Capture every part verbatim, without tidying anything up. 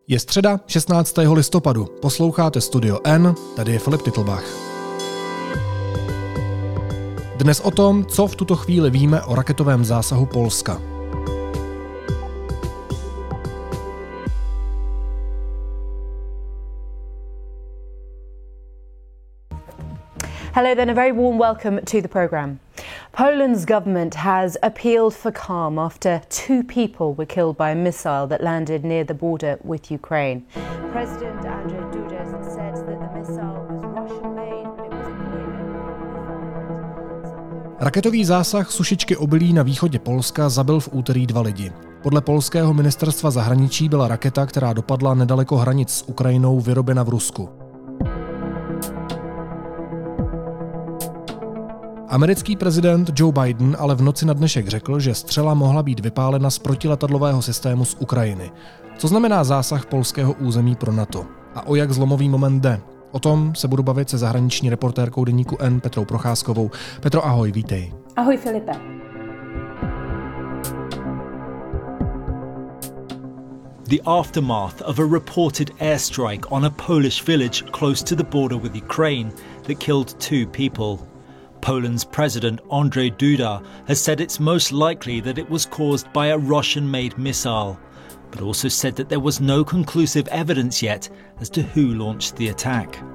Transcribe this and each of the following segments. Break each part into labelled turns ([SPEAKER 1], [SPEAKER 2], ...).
[SPEAKER 1] Je středa šestnáctého listopadu. Posloucháte Studio N, tady je Filip Titlbach. Dnes o tom, co v tuto chvíli víme o raketovém zásahu Polska.
[SPEAKER 2] Hello then, a very warm welcome to the programme. Poland's government has appealed for calm after two people were killed by a missile that landed near the border with Ukraine. President Andrzej Duda said that the missile was Russian-made, but it was clear.
[SPEAKER 1] Raketový zásah sušičky obilí na východě Polska zabil v úterý dva lidi. Podle polského ministerstva zahraničí byla raketa, která dopadla nedaleko hranic s Ukrajinou, vyrobena v Rusku. Americký prezident Joe Biden ale v noci na dnešek řekl, že střela mohla být vypálena z protiletadlového systému z Ukrajiny. Co znamená zásah polského území pro NATO? A o jak zlomový moment jde? O tom se budu bavit se zahraniční reportérkou deníku N Petrou Procházkovou. Petro, ahoj, vítej.
[SPEAKER 3] Ahoj, Filipe.
[SPEAKER 4] The aftermath of a reported airstrike on a Polish village close to the border with Ukraine that killed two people. Poland's president Andrzej Duda has said it's most likely that it was caused by a Russian-made missile, but also said that there was no conclusive evidence yet as to who launched the attack.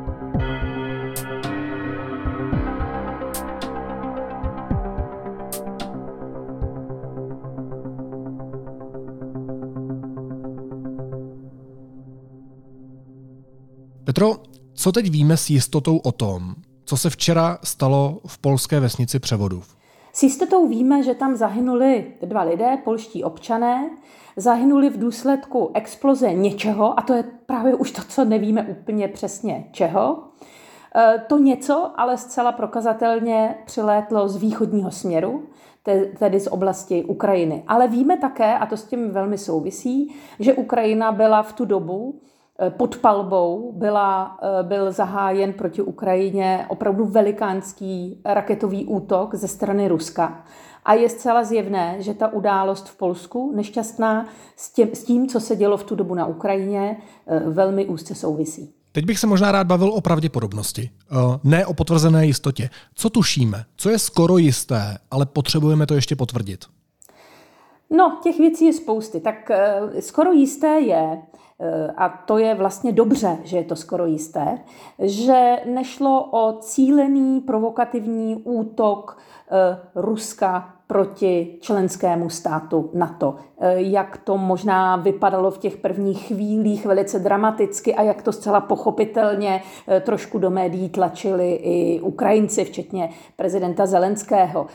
[SPEAKER 1] Petro, co teď víme s jistotou o tom, co se včera stalo v polské vesnici Převodův?
[SPEAKER 3] S jistotou víme, že tam zahynuli dva lidé, polští občané, zahynuli v důsledku exploze něčeho, a to je právě už to, co nevíme úplně přesně čeho. To něco ale zcela prokazatelně přilétlo z východního směru, tedy z oblasti Ukrajiny. Ale víme také, a to s tím velmi souvisí, že Ukrajina byla v tu dobu pod palbou, byla, byl zahájen proti Ukrajině opravdu velikánský raketový útok ze strany Ruska. A je zcela zjevné, že ta událost v Polsku, nešťastná, s tím, s tím, co se dělo v tu dobu na Ukrajině, velmi úzce souvisí.
[SPEAKER 1] Teď bych se možná rád bavil o pravděpodobnosti, ne o potvrzené jistotě. Co tušíme? Co je skoro jisté, ale potřebujeme to ještě potvrdit?
[SPEAKER 3] No, těch věcí je spousty. Tak skoro jisté je, a to je vlastně dobře, že je to skoro jisté, že nešlo o cílený provokativní útok Ruska proti členskému státu NATO. Jak to možná vypadalo v těch prvních chvílích velice dramaticky a jak to zcela pochopitelně trošku do médií tlačili i Ukrajinci, včetně prezidenta Zelenského.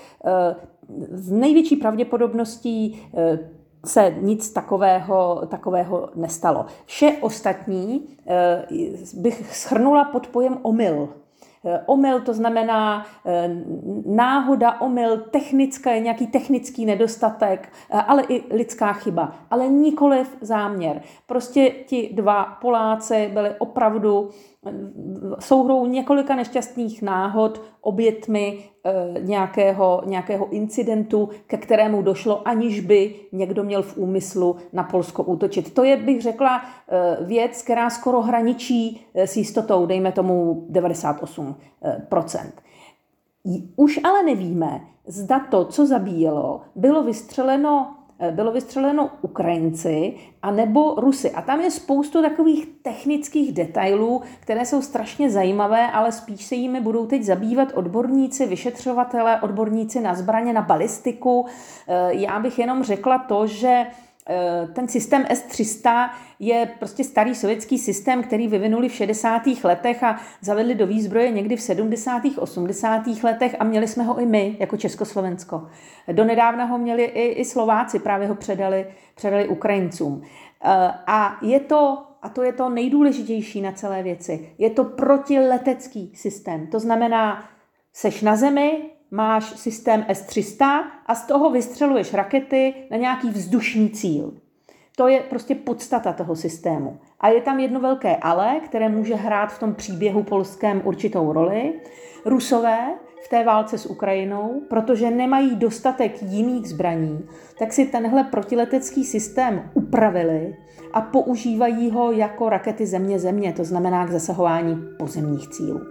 [SPEAKER 3] Z největší pravděpodobností se nic takového, takového nestalo. Vše ostatní bych shrnula pod pojem omyl. Omyl, to znamená náhoda, omyl, technické, nějaký technický nedostatek, ale i lidská chyba, ale nikoliv záměr. Prostě ti dva Poláci byli opravdu souhrou několika nešťastných náhod, obětmi e, nějakého, nějakého incidentu, ke kterému došlo, aniž by někdo měl v úmyslu na Polsko útočit. To je, bych řekla, e, věc, která skoro hraničí e, s jistotou, dejme tomu devadesát osm procent. Už ale nevíme, zda to, co zabíjelo, bylo vystřeleno bylo vystřeleno Ukrajinci anebo Rusy. A tam je spoustu takových technických detailů, které jsou strašně zajímavé, ale spíš se jimi budou teď zabývat odborníci, vyšetřovatelé, odborníci na zbraně, na balistiku. Já bych jenom řekla to, že ten systém S tři sta je prostě starý sovětský systém, který vyvinuli v šedesátých letech a zavedli do výzbroje někdy v sedmdesátých, osmdesátých letech a měli jsme ho i my, jako Československo. Donedávna ho měli i, i Slováci, právě ho předali, předali Ukrajincům. A je to, a to je to nejdůležitější na celé věci, je to protiletecký systém. To znamená, seš na zemi, máš systém S tři sta a z toho vystřeluješ rakety na nějaký vzdušný cíl. To je prostě podstata toho systému. A je tam jedno velké ale, které může hrát v tom příběhu polském určitou roli. Rusové v té válce s Ukrajinou, protože nemají dostatek jiných zbraní, tak si tenhle protiletecký systém upravili a používají ho jako rakety země-země, to znamená k zasahování pozemních cílů.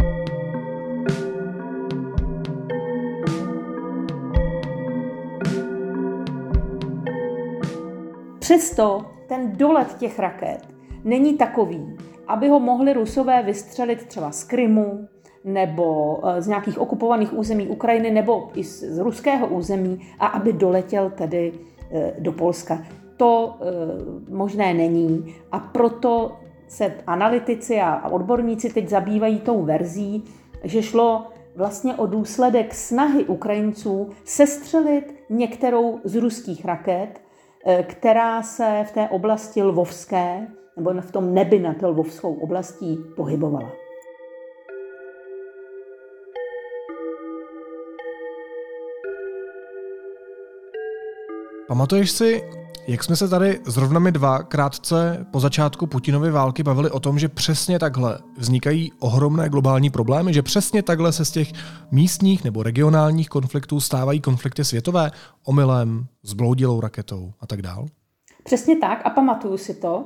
[SPEAKER 3] Přesto ten dolet těch raket není takový, aby ho mohli Rusové vystřelit třeba z Krymu nebo z nějakých okupovaných území Ukrajiny nebo i z ruského území a aby doletěl tedy do Polska. To možné není a proto se analytici a odborníci teď zabývají tou verzí, že šlo vlastně o důsledek snahy Ukrajinců sestřelit některou z ruských raket, která se v té oblasti lvovské, nebo v tom nebi nad lvovskou oblastí pohybovala.
[SPEAKER 1] Pamatuješ si, jak jsme se tady zrovna my dva krátce po začátku Putinovy války bavili o tom, že přesně takhle vznikají ohromné globální problémy, že přesně takhle se z těch místních nebo regionálních konfliktů stávají konflikty světové omylem, zbloudilou raketou a tak dál?
[SPEAKER 3] Přesně tak a pamatuju si to.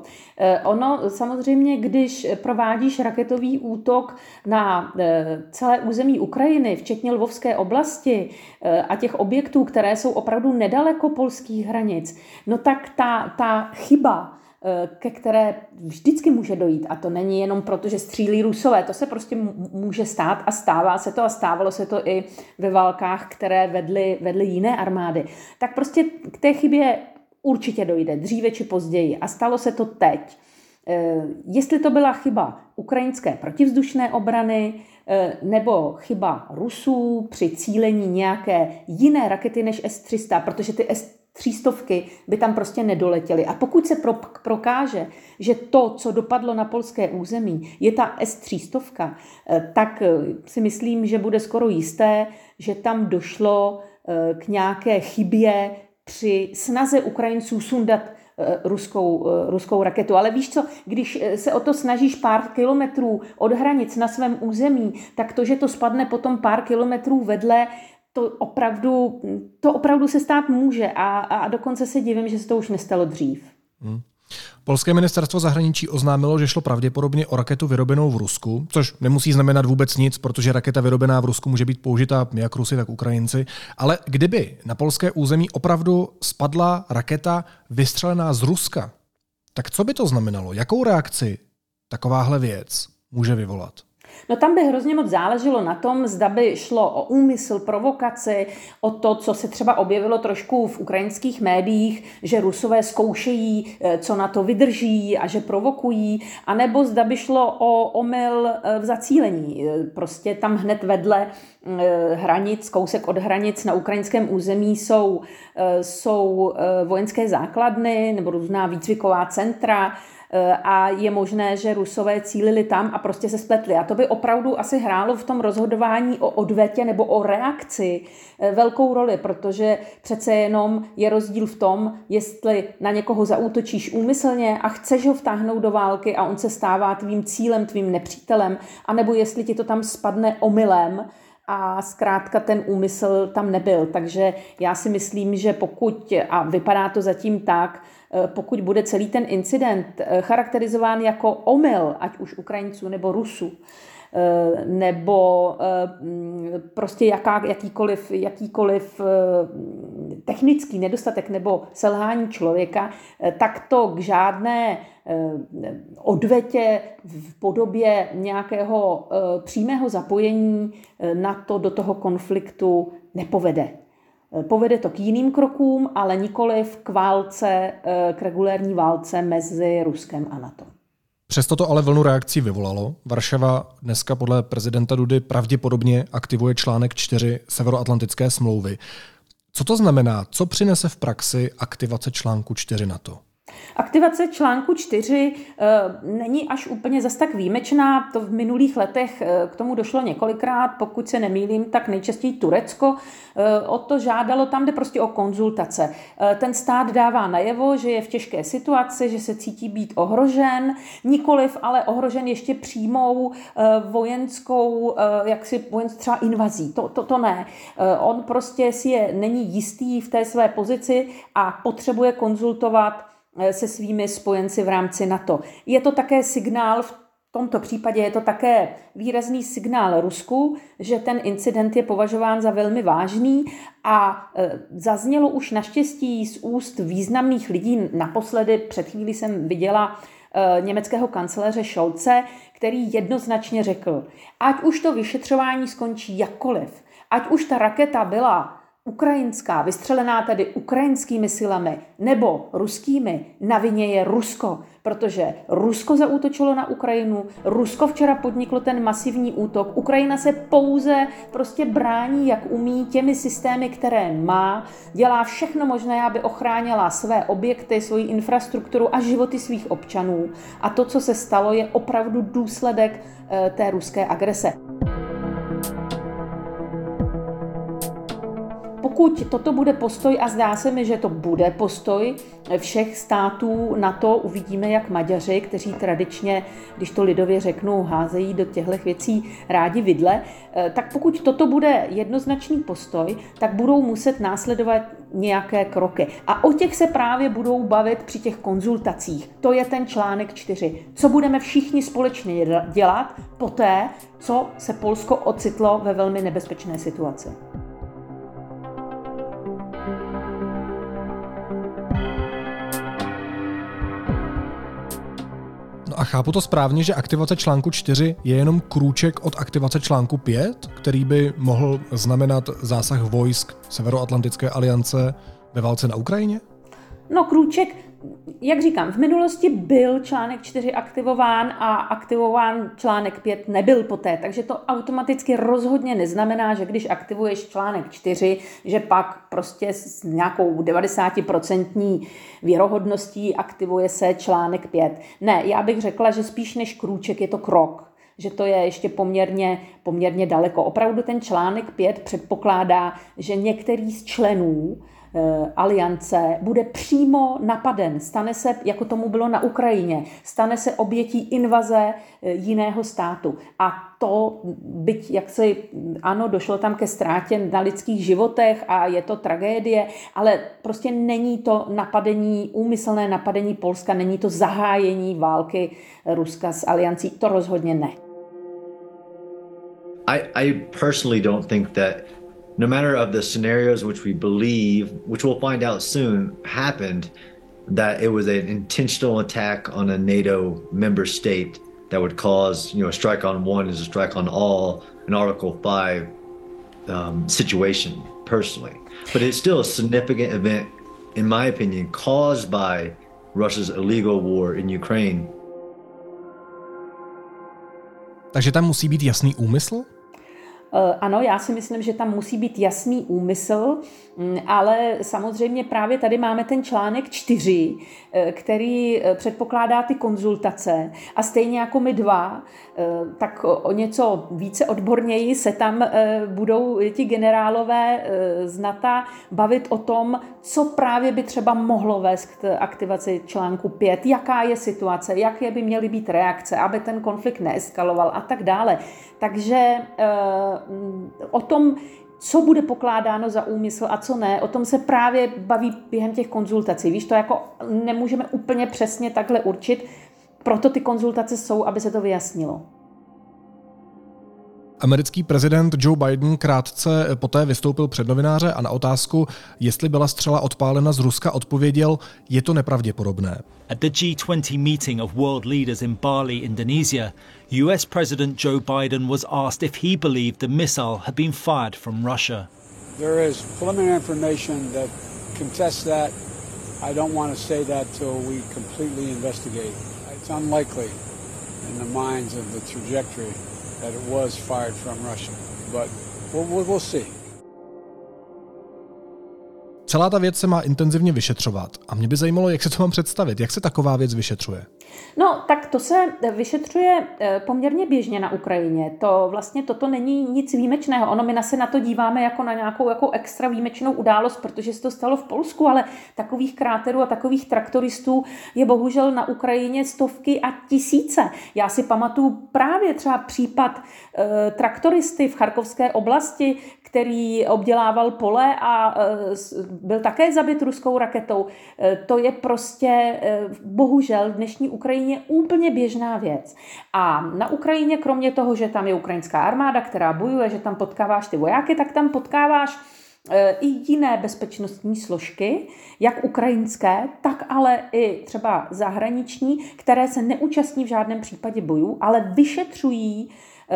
[SPEAKER 3] Ono samozřejmě, když provádíš raketový útok na celé území Ukrajiny, včetně Lvovské oblasti a těch objektů, které jsou opravdu nedaleko polských hranic, no tak ta, ta chyba, ke které vždycky může dojít, a to není jenom proto, že střílí Rusové, to se prostě může stát a stává se to a stávalo se to i ve válkách, které vedly, vedly jiné armády, tak prostě k té chybě určitě dojde, dříve či později. A stalo se to teď. Jestli to byla chyba ukrajinské protivzdušné obrany nebo chyba Rusů při cílení nějaké jiné rakety než S tři sta, protože ty S tři sta by tam prostě nedoletěly. A pokud se pro, prokáže, že to, co dopadlo na polské území, je ta S tři sta, tak si myslím, že bude skoro jisté, že tam došlo k nějaké chybě při snaze Ukrajinců sundat ruskou, ruskou raketu. Ale víš co, když se o to snažíš pár kilometrů od hranic na svém území, tak to, že to spadne potom pár kilometrů vedle, to opravdu, to opravdu se stát může a, a dokonce se divím, že se to už nestalo dřív.
[SPEAKER 1] Hmm. Polské ministerstvo zahraničí oznámilo, že šlo pravděpodobně o raketu vyrobenou v Rusku, což nemusí znamenat vůbec nic, protože raketa vyrobená v Rusku může být použita jak Rusy, tak Ukrajinci. Ale kdyby na polské území opravdu spadla raketa vystřelená z Ruska, tak co by to znamenalo? Jakou reakci takováhle věc může vyvolat?
[SPEAKER 3] No tam by hrozně moc záleželo na tom, zda by šlo o úmysl, provokaci, o to, co se třeba objevilo trošku v ukrajinských médiích, že Rusové zkoušejí, co na to vydrží a že provokují, anebo zda by šlo o omyl v zacílení. Prostě tam hned vedle hranic, kousek od hranic na ukrajinském území jsou, jsou vojenské základny nebo různá výcviková centra, a je možné, že Rusové cílili tam a prostě se spletli. A to by opravdu asi hrálo v tom rozhodování o odvetě nebo o reakci velkou roli, protože přece jenom je rozdíl v tom, jestli na někoho zaútočíš úmyslně a chceš ho vtáhnout do války a on se stává tvým cílem, tvým nepřítelem, anebo jestli ti to tam spadne omylem a zkrátka ten úmysl tam nebyl. Takže já si myslím, že pokud, a vypadá to zatím tak, pokud bude celý ten incident charakterizován jako omyl, ať už Ukrajinců nebo Rusů, nebo prostě jaká, jakýkoliv, jakýkoliv technický nedostatek nebo selhání člověka, tak to k žádné odvetě v podobě nějakého přímého zapojení na to do toho konfliktu nepovede. Povede to k jiným krokům, ale nikoliv k válce, k regulérní válce mezi Ruskem a NATO.
[SPEAKER 1] Přesto to ale vlnu reakcí vyvolalo. Varšava dneska podle prezidenta Dudy pravděpodobně aktivuje článek čtyři Severoatlantické smlouvy. Co to znamená? Co přinese v praxi aktivace článku čtyři NATO?
[SPEAKER 3] Aktivace článku čtyři e, není až úplně zas tak výjimečná. To v minulých letech e, k tomu došlo několikrát, pokud se nemýlím, tak nejčastěji Turecko e, o to žádalo, tam jde prostě o konzultace. E, ten stát dává najevo, že je v těžké situaci, že se cítí být ohrožen, nikoliv ale ohrožen ještě přímou e, vojenskou, e, jaksi vojenskou třeba invazí. To, to, to ne. E, on prostě si je není jistý v té své pozici a potřebuje konzultovat se svými spojenci v rámci NATO. Je to také signál, v tomto případě je to také výrazný signál Rusku, že ten incident je považován za velmi vážný a zaznělo už naštěstí z úst významných lidí. Naposledy před chvílí jsem viděla německého kancléře Scholze, který jednoznačně řekl, ať už to vyšetřování skončí jakkoliv, ať už ta raketa byla ukrajinská, vystřelená tedy ukrajinskými silami nebo ruskými, na vině je Rusko, protože Rusko zaútočilo na Ukrajinu, Rusko včera podniklo ten masivní útok, Ukrajina se pouze prostě brání, jak umí, těmi systémy, které má, dělá všechno možné, aby ochránila své objekty, svoji infrastrukturu a životy svých občanů. A to, co se stalo, je opravdu důsledek e, té ruské agrese. Pokud toto bude postoj, a zdá se mi, že to bude postoj všech států NATO, uvidíme, jak Maďaři, kteří tradičně, když to lidově řeknu, házejí do těchto věcí rádi vidle, tak pokud toto bude jednoznačný postoj, tak budou muset následovat nějaké kroky. A o těch se právě budou bavit při těch konzultacích. To je ten článek čtyři. Co budeme všichni společně dělat poté, co se Polsko ocitlo ve velmi nebezpečné situaci.
[SPEAKER 1] A chápu to správně, že aktivace článku čtyři je jenom krůček od aktivace článku pět, který by mohl znamenat zásah vojsk Severoatlantické aliance ve válce na Ukrajině?
[SPEAKER 3] No krůček, jak říkám, v minulosti byl článek čtyři aktivován a aktivován článek pět nebyl poté, takže to automaticky rozhodně neznamená, že když aktivuješ článek čtyři, že pak prostě s nějakou devadesátiprocentní věrohodností aktivuje se článek pět. Ne, já bych řekla, že spíš než krůček je to krok, že to je ještě poměrně, poměrně daleko. Opravdu ten článek pět předpokládá, že některý z členů aliance bude přímo napaden. Stane se, jako tomu bylo na Ukrajině, stane se obětí invaze jiného státu. A to, byť jak se, ano, došlo tam ke ztrátě na lidských životech a je to tragédie, ale prostě není to napadení, úmyslné napadení Polska, není to zahájení války Ruska s aliancí, to rozhodně ne.
[SPEAKER 5] I, I personally don't think that no matter of the scenarios which we believe, which we'll find out soon, happened, that it was an intentional attack on a NATO member state that would cause, you know, a strike on one is a strike on all, an Article five um, situation, personally. But it's still a significant event, in my opinion, caused by Russia's illegal war in Ukraine.
[SPEAKER 1] Takže tam musí být jasný úmysl?
[SPEAKER 3] Ano, já si myslím, že tam musí být jasný úmysl, ale samozřejmě právě tady máme ten článek čtyři, který předpokládá ty konzultace a stejně jako my dva, tak o něco více odborněji se tam budou ti generálové z NATO bavit o tom, co právě by třeba mohlo vést k aktivaci článku pět, jaká je situace, jaké by měly být reakce, aby ten konflikt neeskaloval a tak dále. Takže o tom, co bude pokládáno za úmysl a co ne, o tom se právě baví během těch konzultací. Víš, to jako nemůžeme úplně přesně takhle určit, proto ty konzultace jsou, aby se to vyjasnilo.
[SPEAKER 1] Americký prezident Joe Biden krátce poté vystoupil před novináře a na otázku, jestli byla střela odpálena z Ruska, odpověděl, je to nepravděpodobné.
[SPEAKER 4] At the G twenty meeting of world leaders in Bali, Indonesia, U S President Joe Biden was asked if he believed the missile had been fired from Russia.
[SPEAKER 6] There is preliminary information that contests that. I don't want to say that till we completely investigate. It's unlikely in the minds of the trajectory that it was fired from Russia, but we'll, we'll see.
[SPEAKER 1] celá ta věc se má intenzivně vyšetřovat a mě by zajímalo, jak se to mám představit, jak se taková věc vyšetřuje.
[SPEAKER 3] No, tak to se vyšetřuje poměrně běžně na Ukrajině. To vlastně toto není nic výjimečného. Ono my se na to díváme jako na nějakou jako extra výjimečnou událost, protože se to stalo v Polsku, ale takových kráterů a takových traktoristů je bohužel na Ukrajině stovky a tisíce. Já si pamatuju právě třeba případ e, traktoristy v Charkovské oblasti, který obdělával pole a e, byl také zabit ruskou raketou. E, to je prostě e, bohužel v dnešní Ukrajině úplně běžná věc. A na Ukrajině, kromě toho, že tam je ukrajinská armáda, která bojuje, že tam potkáváš ty vojáky, tak tam potkáváš i jiné bezpečnostní složky, jak ukrajinské, tak ale i třeba zahraniční, které se neúčastní v žádném případě bojů, ale vyšetřují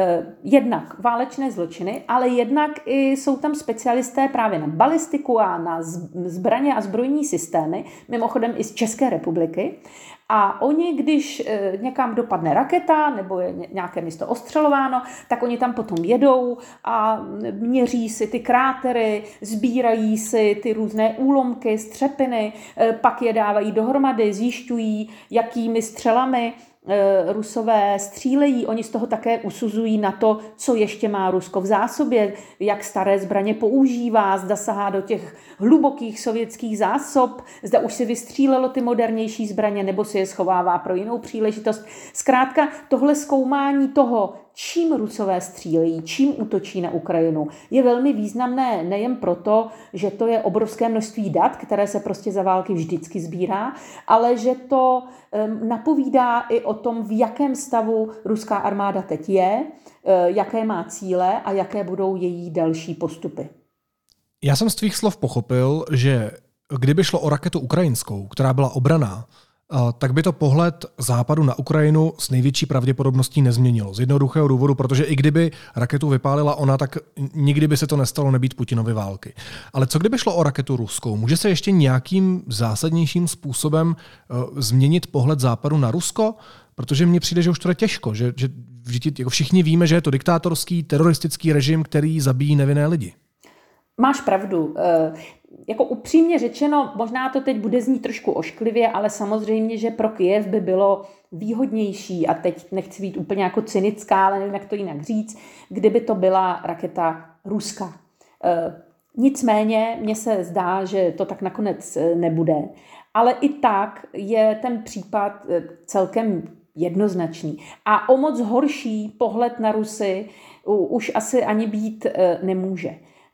[SPEAKER 3] jednak válečné zločiny, ale jednak i jsou tam specialisté právě na balistiku a na zbraně a zbrojní systémy, mimochodem i z České republiky. A oni, když někam dopadne raketa nebo je nějaké místo ostřelováno, tak oni tam potom jedou a měří si ty krátery, sbírají si ty různé úlomky, střepiny, pak je dávají dohromady, zjišťují, jakými střelami Rusové střílejí, oni z toho také usuzují na to, co ještě má Rusko v zásobě, jak staré zbraně používá, zda sahá do těch hlubokých sovětských zásob, zda už si vystřílelo ty modernější zbraně, nebo si je schovává pro jinou příležitost. Zkrátka tohle zkoumání toho, čím Rusové střílejí, čím útočí na Ukrajinu, je velmi významné nejen proto, že to je obrovské množství dat, které se prostě za války vždycky sbírá, ale že to um, napovídá i o tom, v jakém stavu ruská armáda teď je, uh, jaké má cíle a jaké budou její další postupy.
[SPEAKER 1] Já jsem z tvých slov pochopil, že kdyby šlo o raketu ukrajinskou, která byla obranná, tak by to pohled Západu na Ukrajinu s největší pravděpodobností nezměnilo. Z jednoduchého důvodu, protože i kdyby raketu vypálila ona, tak nikdy by se to nestalo nebýt Putinovy války. Ale co kdyby šlo o raketu ruskou? Může se ještě nějakým zásadnějším způsobem uh, změnit pohled Západu na Rusko? Protože mně přijde, že už to je těžko, že, že jako všichni víme, že je to diktátorský, teroristický režim, který zabíjí nevinné lidi.
[SPEAKER 3] Máš pravdu. Jako upřímně řečeno, možná to teď bude znít trošku ošklivě, ale samozřejmě, že pro Kyjev by bylo výhodnější, a teď nechci být úplně jako cynická, ale nevím, jak to jinak říct, kdyby to byla raketa ruská. Nicméně mně se zdá, že to tak nakonec nebude. Ale i tak je ten případ celkem jednoznačný. A o moc horší pohled na Rusy už asi ani být nemůže.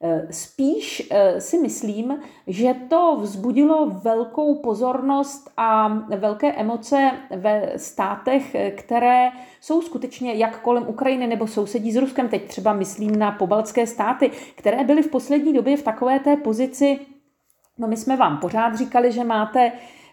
[SPEAKER 3] Spíš si myslím, že to vzbudilo velkou pozornost a velké emoce ve státech, které jsou skutečně jak kolem Ukrajiny nebo sousedí s Ruskem. Teď třeba myslím na pobaltské státy, které byly v poslední době v takové té pozici, no my jsme vám pořád říkali, že máte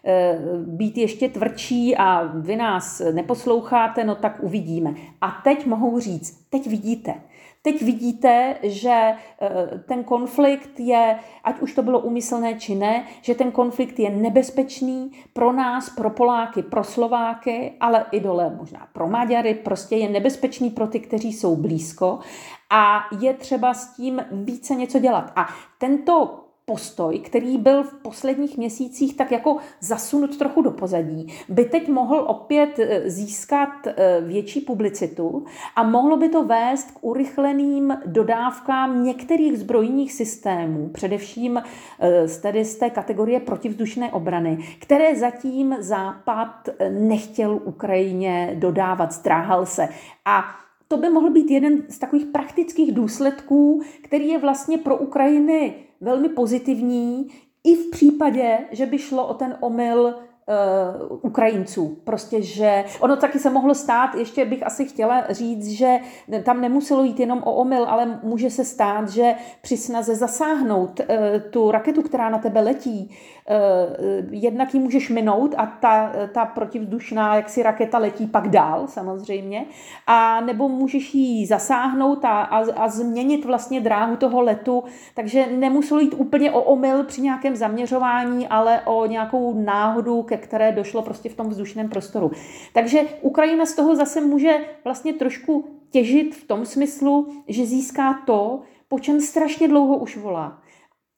[SPEAKER 3] být ještě tvrdší a vy nás neposloucháte, no tak uvidíme. A teď mohou říct, teď vidíte. Teď vidíte, že ten konflikt je, ať už to bylo úmyslné či ne, že ten konflikt je nebezpečný pro nás, pro Poláky, pro Slováky, ale i dole možná pro Maďary, prostě je nebezpečný pro ty, kteří jsou blízko a je třeba s tím více něco dělat. A tento postoj, který byl v posledních měsících tak jako zasunut trochu do pozadí, by teď mohl opět získat větší publicitu a mohlo by to vést k urychleným dodávkám některých zbrojních systémů, především tedy z té kategorie protivzdušné obrany, které zatím Západ nechtěl Ukrajině dodávat, zdráhal se. A to by mohl být jeden z takových praktických důsledků, který je vlastně pro Ukrajiny velmi pozitivní, i v případě, že by šlo o ten omyl uh, Ukrajinců. Prostě, že ono taky se mohlo stát, ještě bych asi chtěla říct, že tam nemuselo jít jenom o omyl, ale může se stát, že při snaze zasáhnout uh, tu raketu, která na tebe letí, uh, jednak ji můžeš minout a ta, ta protivzdušná jaksi raketa letí pak dál samozřejmě, a nebo můžeš ji zasáhnout a, a, a změnit vlastně dráhu toho letu, takže nemuselo jít úplně o omyl při nějakém zaměřování, ale o nějakou náhodu, ke které došlo prostě v tom vzdušném prostoru. Takže Ukrajina z toho zase může vlastně trošku těžit v tom smyslu, že získá to, po čem strašně dlouho už volá.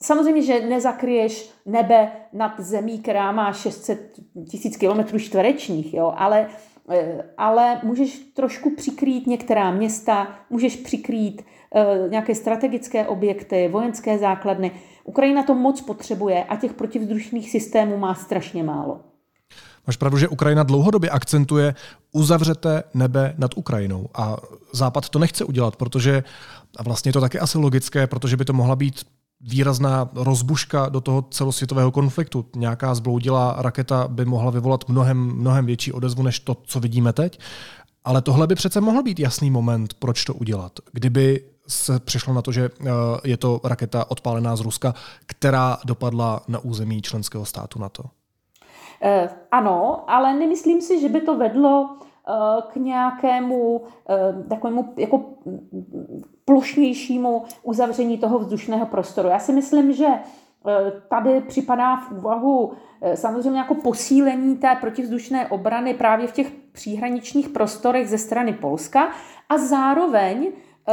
[SPEAKER 3] Samozřejmě, že nezakryješ nebe nad zemí, která má šest set tisíc kilometrů čtverečních, jo, ale, ale můžeš trošku přikrýt některá města, můžeš přikrýt uh, nějaké strategické objekty, vojenské základny. Ukrajina to moc potřebuje a těch protivzdušných systémů má strašně málo.
[SPEAKER 1] Máš pravdu, že Ukrajina dlouhodobě akcentuje uzavřete nebe nad Ukrajinou a Západ to nechce udělat, protože, a vlastně je to taky asi logické, protože by to mohla být výrazná rozbuška do toho celosvětového konfliktu. Nějaká zbloudilá raketa by mohla vyvolat mnohem, mnohem větší odezvu než to, co vidíme teď. Ale tohle by přece mohl být jasný moment, proč to udělat. Kdyby se přišlo na to, že je to raketa odpálená z Ruska, která dopadla na území členského státu NATO.
[SPEAKER 3] Eh, ano, ale nemyslím si, že by to vedlo eh, k nějakému eh, takovému jako plošnějšímu uzavření toho vzdušného prostoru. Já si myslím, že eh, tady připadá v úvahu eh, samozřejmě jako posílení té protivzdušné obrany právě v těch příhraničních prostorech ze strany Polska a zároveň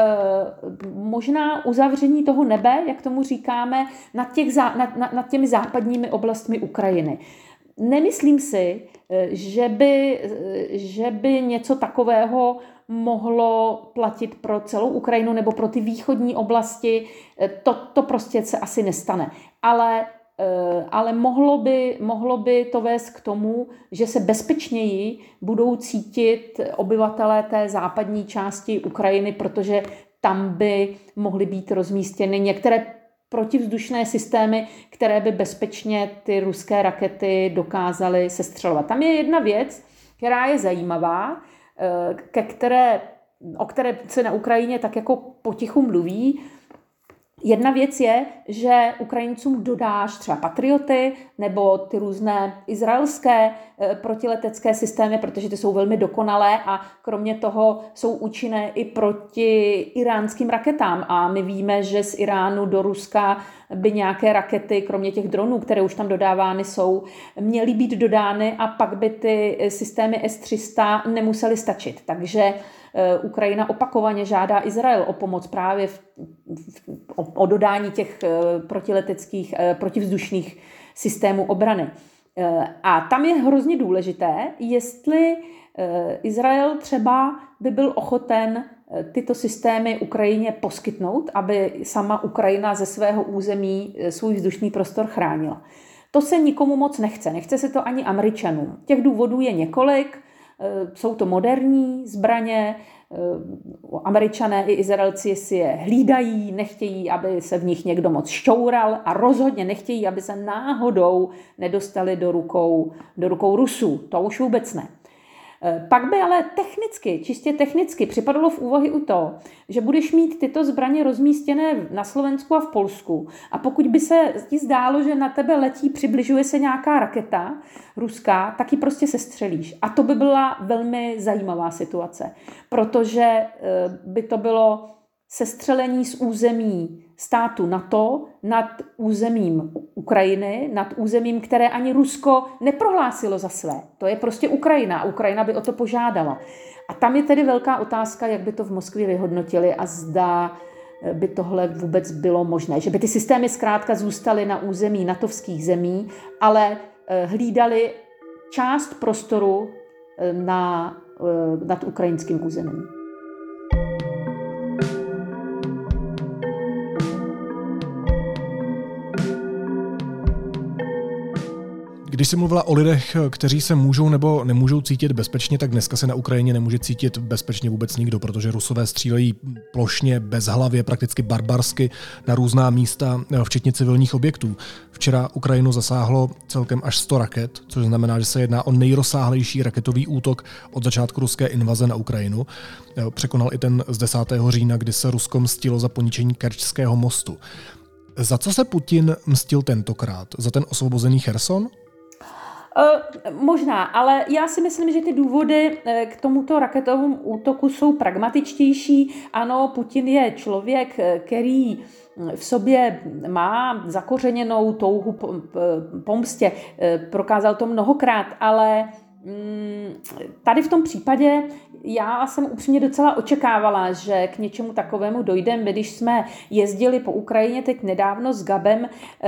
[SPEAKER 3] možná uzavření toho nebe, jak tomu říkáme, nad, těch zá, nad, nad těmi západními oblastmi Ukrajiny. Nemyslím si, že by, že by něco takového mohlo platit pro celou Ukrajinu nebo pro ty východní oblasti. To, to prostě se asi nestane. Ale, ale mohlo by, mohlo by to vést k tomu, že se bezpečněji budou cítit obyvatelé té západní části Ukrajiny, protože tam by mohly být rozmístěny některé protivzdušné systémy, které by bezpečně ty ruské rakety dokázaly sestřelovat. Tam je jedna věc, která je zajímavá, ke které, o které se na Ukrajině tak jako potichu mluví. Jedna věc je, že Ukrajincům dodáš třeba Patrioty nebo ty různé izraelské protiletecké systémy, protože ty jsou velmi dokonalé a kromě toho jsou účinné i proti iránským raketám. A my víme, že z Iránu do Ruska by nějaké rakety, kromě těch dronů, které už tam dodávány jsou, měly být dodány a pak by ty systémy S tři sta nemusely stačit. Takže Ukrajina opakovaně žádá Izrael o pomoc právě v, v, o, o dodání těch protileteckých, protivzdušných systémů obrany. A tam je hrozně důležité, jestli Izrael třeba by byl ochoten tyto systémy Ukrajině poskytnout, aby sama Ukrajina ze svého území svůj vzdušný prostor chránila. To se nikomu moc nechce. Nechce se to ani Američanům. Těch důvodů je několik. Jsou to moderní zbraně, Američané i Izraelci si je hlídají, nechtějí, aby se v nich někdo moc šťoural a rozhodně nechtějí, aby se náhodou nedostali do rukou, do rukou Rusů. To už vůbec ne. Pak by ale technicky, čistě technicky připadalo v úvahy i to, že budeš mít tyto zbraně rozmístěné na Slovensku a v Polsku a pokud by se ti zdálo, že na tebe letí, přibližuje se nějaká raketa ruská, tak ji prostě sestřelíš. A to by byla velmi zajímavá situace, protože by to bylo sestřelení z území státu NATO nad územím Ukrajiny, nad územím, které ani Rusko neprohlásilo za své. To je prostě Ukrajina a Ukrajina by o to požádala. A tam je tedy velká otázka, jak by to v Moskvě vyhodnotili a zda by tohle vůbec bylo možné. Že by ty systémy zkrátka zůstaly na území natovských zemí, ale hlídali část prostoru na, nad ukrajinským územím.
[SPEAKER 1] Když jsi mluvila o lidech, kteří se můžou nebo nemůžou cítit bezpečně, tak dneska se na Ukrajině nemůže cítit bezpečně vůbec nikdo, protože Rusové střílejí plošně, bezhlavě, prakticky barbarsky na různá místa, včetně civilních objektů. Včera Ukrajinu zasáhlo celkem až sto raket, což znamená, že se jedná o nejrozsáhlejší raketový útok od začátku ruské invaze na Ukrajinu. Překonal i ten z desátého října, kdy se Rusko mstilo za poničení Kerčského mostu. Za co se Putin mstil tentokrát? Za ten osvobozený Cherson?
[SPEAKER 3] Uh, možná, ale já si myslím, že ty důvody k tomuto raketovému útoku jsou pragmatičtější. Ano, Putin je člověk, který v sobě má zakořeněnou touhu po pomstě. Prokázal to mnohokrát, ale Tady v tom případě já jsem upřímně docela očekávala, že k něčemu takovému dojde. My, když jsme jezdili po Ukrajině teď nedávno s Gabem,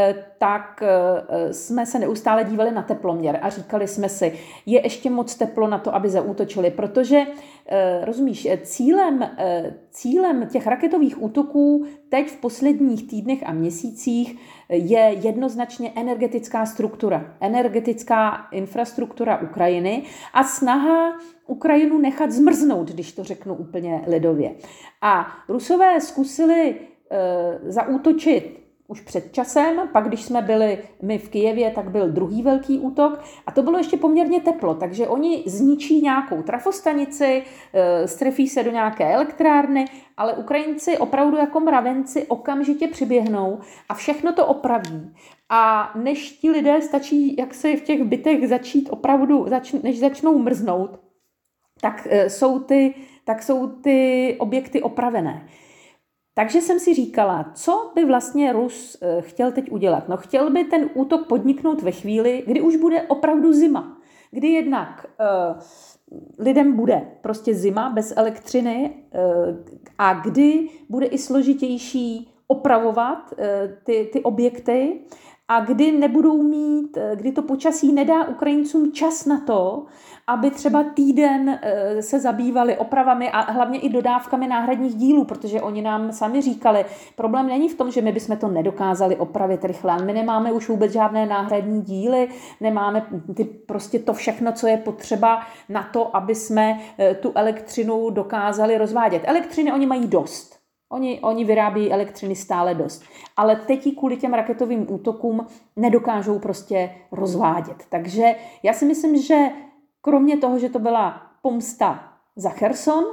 [SPEAKER 3] tak jsme se neustále dívali na teploměr a říkali jsme si, je ještě moc teplo na to, aby zaútočili, protože rozumíš, cílem, cílem těch raketových útoků teď v posledních týdnech a měsících je jednoznačně energetická struktura, energetická infrastruktura Ukrajiny a snaha Ukrajinu nechat zmrznout, když to řeknu úplně lidově. A Rusové zkusili e, zaútočit už před časem, pak když jsme byli my v Kyjevě, tak byl druhý velký útok a to bylo ještě poměrně teplo, takže oni zničí nějakou trafostanici, e, strefí se do nějaké elektrárny, ale Ukrajinci opravdu jako mravenci okamžitě přiběhnou a všechno to opraví. A než ti lidé stačí, jak se v těch bytech začít opravdu, zač, než začnou mrznout, tak jsou ty, tak jsou ty objekty opravené. Takže jsem si říkala, co by vlastně Rus chtěl teď udělat. No chtěl by ten útok podniknout ve chvíli, kdy už bude opravdu zima. Kdy jednak uh, lidem bude prostě zima bez elektřiny uh, a kdy bude i složitější opravovat uh, ty, ty objekty a kdy nebudou mít, kdy to počasí nedá Ukrajincům čas na to, aby třeba týden se zabývali opravami a hlavně i dodávkami náhradních dílů, protože oni nám sami říkali, problém není v tom, že my bychom to nedokázali opravit rychle, my nemáme už vůbec žádné náhradní díly, nemáme ty, prostě to všechno, co je potřeba na to, aby jsme tu elektřinu dokázali rozvádět. Elektřiny oni mají dost. Oni, oni vyrábí elektřiny stále dost. Ale teď ji kvůli těm raketovým útokům nedokážou prostě rozvádět. Takže já si myslím, že kromě toho, že to byla pomsta za Cherson,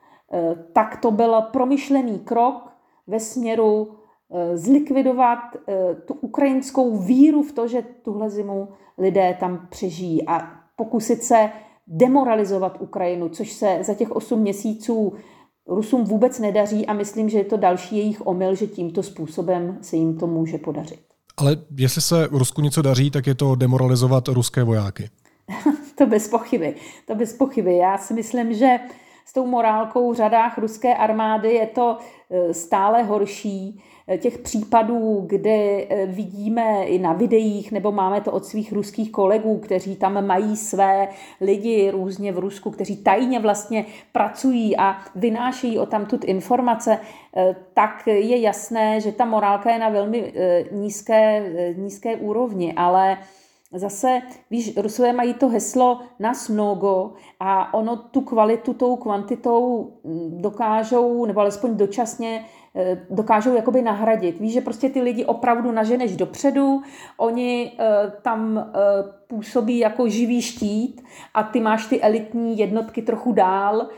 [SPEAKER 3] tak to byl promyšlený krok ve směru zlikvidovat tu ukrajinskou víru v to, že tuhle zimu lidé tam přežijí a pokusit se demoralizovat Ukrajinu, což se za těch osm měsíců Rusům vůbec nedaří a myslím, že je to další jejich omyl, že tímto způsobem se jim to může podařit.
[SPEAKER 1] Ale jestli se Rusku něco daří, tak je to demoralizovat ruské vojáky.
[SPEAKER 3] To bez pochyby. To bez pochyby. Já si myslím, že s tou morálkou v řadách ruské armády je to stále horší. Těch případů, kde vidíme i na videích, nebo máme to od svých ruských kolegů, kteří tam mají své lidi různě v Rusku, kteří tajně vlastně pracují a vynášejí odtamtud informace, tak je jasné, že ta morálka je na velmi nízké, nízké úrovni, ale zase, víš, Rusové mají to heslo nás mnogo a ono tu kvalitu tou kvantitou dokážou, nebo alespoň dočasně dokážou jakoby nahradit. Víš, že prostě ty lidi opravdu naženeš dopředu, oni uh, tam uh, působí jako živý štít a ty máš ty elitní jednotky trochu dál uh,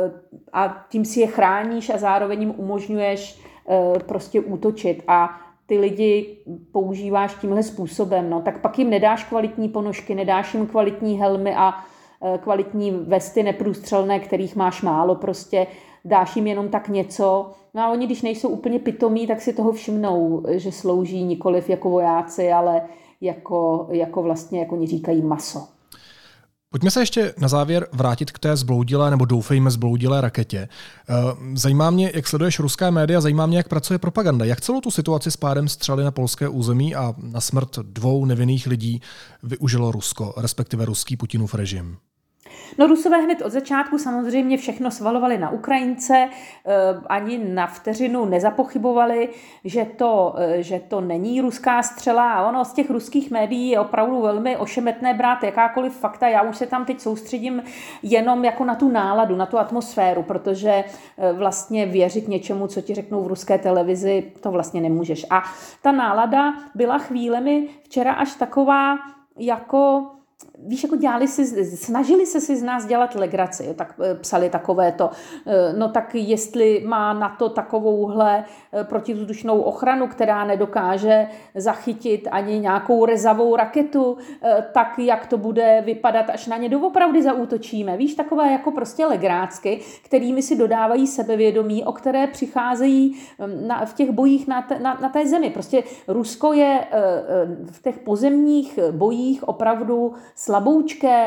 [SPEAKER 3] a tím si je chráníš a zároveň jim umožňuješ uh, prostě útočit a ty lidi používáš tímhle způsobem, no, tak pak jim nedáš kvalitní ponožky, nedáš jim kvalitní helmy a uh, kvalitní vesty neprůstřelné, kterých máš málo, prostě dáš jim jenom tak něco. No a oni, když nejsou úplně pitomí, tak si toho všimnou, že slouží nikoliv jako vojáci, ale jako, jako vlastně, jak oni říkají, maso.
[SPEAKER 1] Pojďme se ještě na závěr vrátit k té zbloudilé, nebo doufejme zbloudilé raketě. Zajímá mě, jak sleduješ ruské média, zajímá mě, jak pracuje propaganda. Jak celou tu situaci s pádem střely na polské území a na smrt dvou nevinných lidí využilo Rusko, respektive ruský Putinův režim?
[SPEAKER 3] No Rusové hned od začátku samozřejmě všechno svalovali na Ukrajince, ani na vteřinu nezapochybovali, že to, že to není ruská střela a ono z těch ruských médií je opravdu velmi ošemetné brát jakákoliv fakta. Já už se tam teď soustředím jenom jako na tu náladu, na tu atmosféru, protože vlastně věřit něčemu, co ti řeknou v ruské televizi, to vlastně nemůžeš. A ta nálada byla chvílemi včera až taková jako... Víš, jako dělali si, snažili se si z nás dělat legraci, tak psali takovéto, no tak jestli má NATO takovouhle protivzdušnou ochranu, která nedokáže zachytit ani nějakou rezavou raketu, tak jak to bude vypadat, až na ně doopravdy zaútočíme. Víš, takové jako prostě legrácky, kterými si dodávají sebevědomí, o které přicházejí na, v těch bojích na, te, na, na té zemi. Prostě Rusko je v těch pozemních bojích opravdu slaboučké,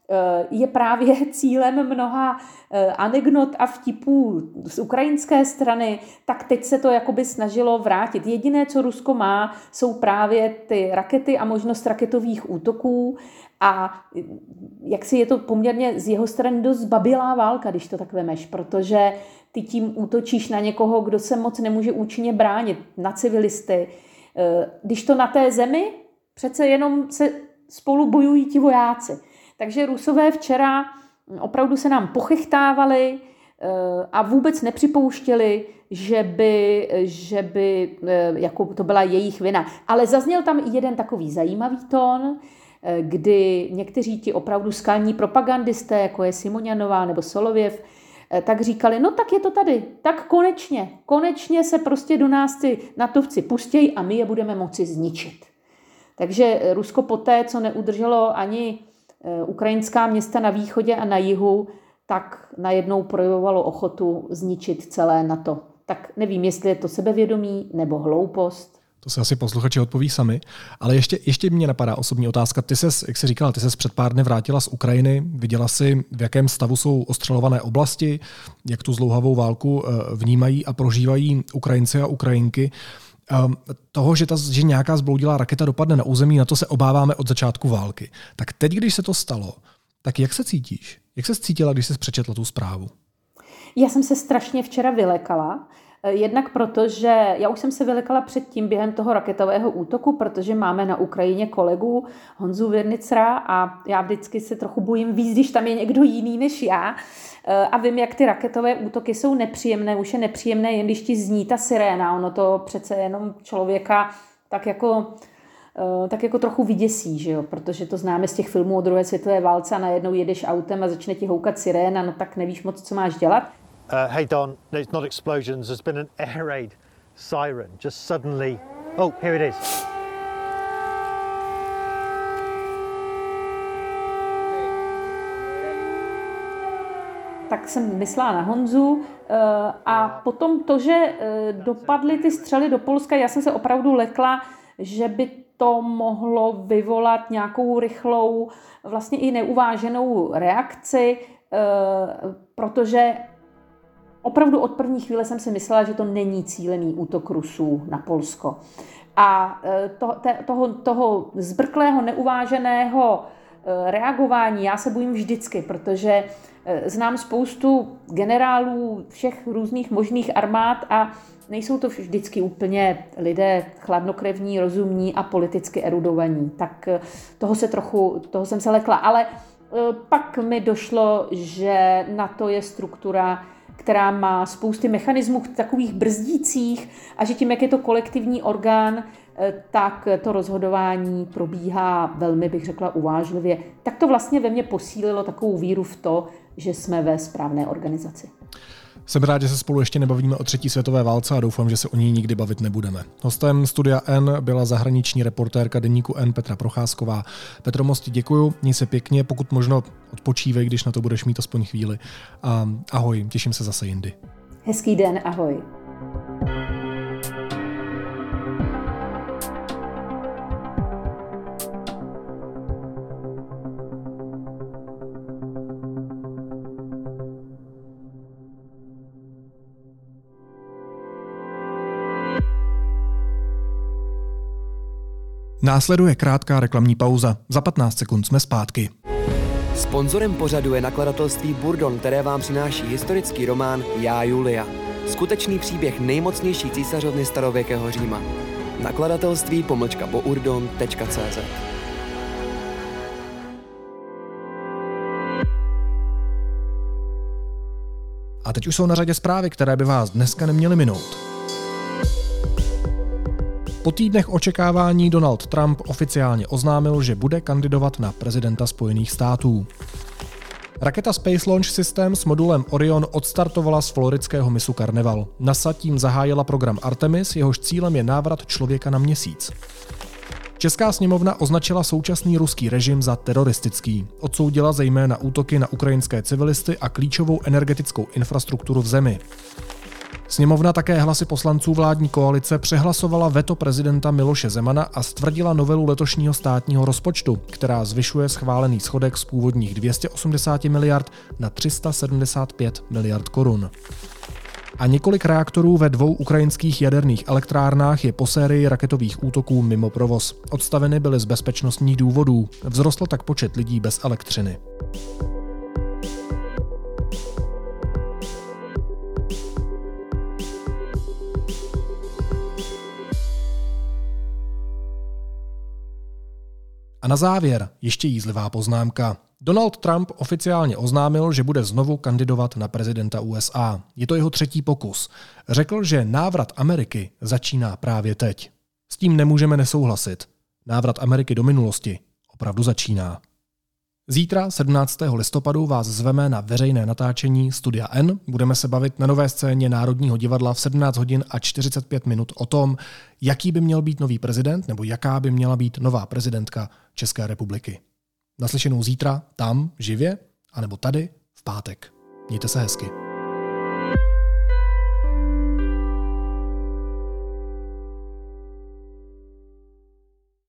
[SPEAKER 3] je právě cílem mnoha anekdot a vtipů z ukrajinské strany, tak teď se to jakoby snažilo vrátit. Jediné, co Rusko má, jsou právě ty rakety a možnost raketových útoků a jak si je to poměrně z jeho strany dost zbabilá válka, když to tak vemeš, protože ty tím útočíš na někoho, kdo se moc nemůže účinně bránit, na civilisty. Když to na té zemi, přece jenom se spolu bojují ti vojáci. Takže Rusové včera opravdu se nám pochechtávali a vůbec nepřipouštěli, že by, že by jako to byla jejich vina. Ale zazněl tam i jeden takový zajímavý tón, kdy někteří ti opravdu skalní propagandisté, jako je Simonianová nebo Solověv, tak říkali, no tak je to tady, tak konečně, konečně se prostě do nás ty natovci pustějí a my je budeme moci zničit. Takže Rusko poté, co neudrželo ani ukrajinská města na východě a na jihu, tak najednou projevovalo ochotu zničit celé NATO. Tak nevím, jestli je to sebevědomí nebo hloupost.
[SPEAKER 1] To se asi posluchači odpoví sami, ale ještě, ještě mě napadá osobní otázka. Ty ses, jak jsi říkala, ty ses před pár dny vrátila z Ukrajiny, viděla jsi, v jakém stavu jsou ostřelované oblasti, jak tu zlouhavou válku vnímají a prožívají Ukrajinci a Ukrajinky. Toho, že, ta, že nějaká zbloudilá raketa dopadne na území, na to se obáváme od začátku války. Tak teď, když se to stalo, tak jak se cítíš? Jak se cítila, když jsi přečetla tu zprávu?
[SPEAKER 3] Já jsem se strašně včera vylekala. Jednak proto, že já už jsem se vylekala předtím během toho raketového útoku, protože máme na Ukrajině kolegu Honzu Virnicera a já vždycky se trochu bojím víc, když tam je někdo jiný než já. A vím, jak ty raketové útoky jsou nepříjemné. Už je nepříjemné, jen když ti zní ta siréna. Ono to přece jenom člověka tak jako, tak jako trochu vyděsí, že jo? Protože to známe z těch filmů o druhé světové válce a najednou jedeš autem a začne ti houkat siréna, no tak nevíš moc, co máš dělat.
[SPEAKER 7] Uh, hey Don, no, it's not explosions. There's been an air raid siren. Just suddenly. Oh, here it is.
[SPEAKER 3] Tak jsem myslela na Honzu a potom to, že dopadly ty střely do Polska, já jsem se opravdu lekla, že by to mohlo vyvolat nějakou rychlou, vlastně i neuváženou reakci, protože opravdu od první chvíle jsem si myslela, že to není cílený útok Rusů na Polsko. A to, te, toho, toho zbrklého, neuváženého reagování já se bojím vždycky, protože znám spoustu generálů všech různých možných armád a nejsou to vždycky úplně lidé chladnokrevní, rozumní a politicky erudovaní. Tak toho, se trochu, toho jsem se lekla. Ale pak mi došlo, že NATO je struktura, která má spousty mechanismů takových brzdících a že tím, jak je to kolektivní orgán, tak to rozhodování probíhá velmi, bych řekla, uvážlivě. Tak to vlastně ve mně posílilo takovou víru v to, že jsme ve správné organizaci.
[SPEAKER 1] Jsem rád, že se spolu ještě nebavíme o třetí světové válce a doufám, že se o ní nikdy bavit nebudeme. Hostem Studia N byla zahraniční reportérka deníku N Petra Procházková. Petro, moc ti děkuju, měj se pěkně, pokud možno odpočívej, když na to budeš mít aspoň chvíli. A ahoj, těším se zase jindy.
[SPEAKER 3] Hezký den, ahoj.
[SPEAKER 1] Následuje krátká reklamní pauza. Za patnáct sekund jsme zpátky.
[SPEAKER 8] Sponzorem pořadu je nakladatelství Burdon, které vám přináší historický román Já Julia. Skutečný příběh nejmocnější císařovny starověkého Říma. Nakladatelství pomlčka bourdon tečka cé zet.
[SPEAKER 1] A teď už jsou na řadě zprávy, které by vás dneska neměly minout. Po týdnech očekávání Donald Trump oficiálně oznámil, že bude kandidovat na prezidenta Spojených států. Raketa Space Launch System s modulem Orion odstartovala z floridského mysu Carnival. NASA tím zahájila program Artemis, jehož cílem je návrat člověka na Měsíc. Česká sněmovna označila současný ruský režim za teroristický. Odsoudila zejména útoky na ukrajinské civilisty a klíčovou energetickou infrastrukturu v zemi. Sněmovna také hlasy poslanců vládní koalice přehlasovala veto prezidenta Miloše Zemana a stvrdila novelu letošního státního rozpočtu, která zvyšuje schválený schodek z původních dvě stě osmdesát miliard na tři sta sedmdesát pět miliard korun. A několik reaktorů ve dvou ukrajinských jaderných elektrárnách je po sérii raketových útoků mimo provoz. Odstaveny byly z bezpečnostních důvodů. Vzrostl tak počet lidí bez elektřiny. A na závěr ještě jízlivá poznámka. Donald Trump oficiálně oznámil, že bude znovu kandidovat na prezidenta U S A. Je to jeho třetí pokus. Řekl, že návrat Ameriky začíná právě teď. S tím nemůžeme nesouhlasit. Návrat Ameriky do minulosti opravdu začíná. Zítra, sedmnáctého listopadu, vás zveme na veřejné natáčení Studia N. Budeme se bavit na nové scéně Národního divadla v sedmnáct hodin a čtyřicet pět minut o tom, jaký by měl být nový prezident nebo jaká by měla být nová prezidentka České republiky. Naslyšenou zítra, tam, živě, anebo tady, v pátek. Mějte se hezky.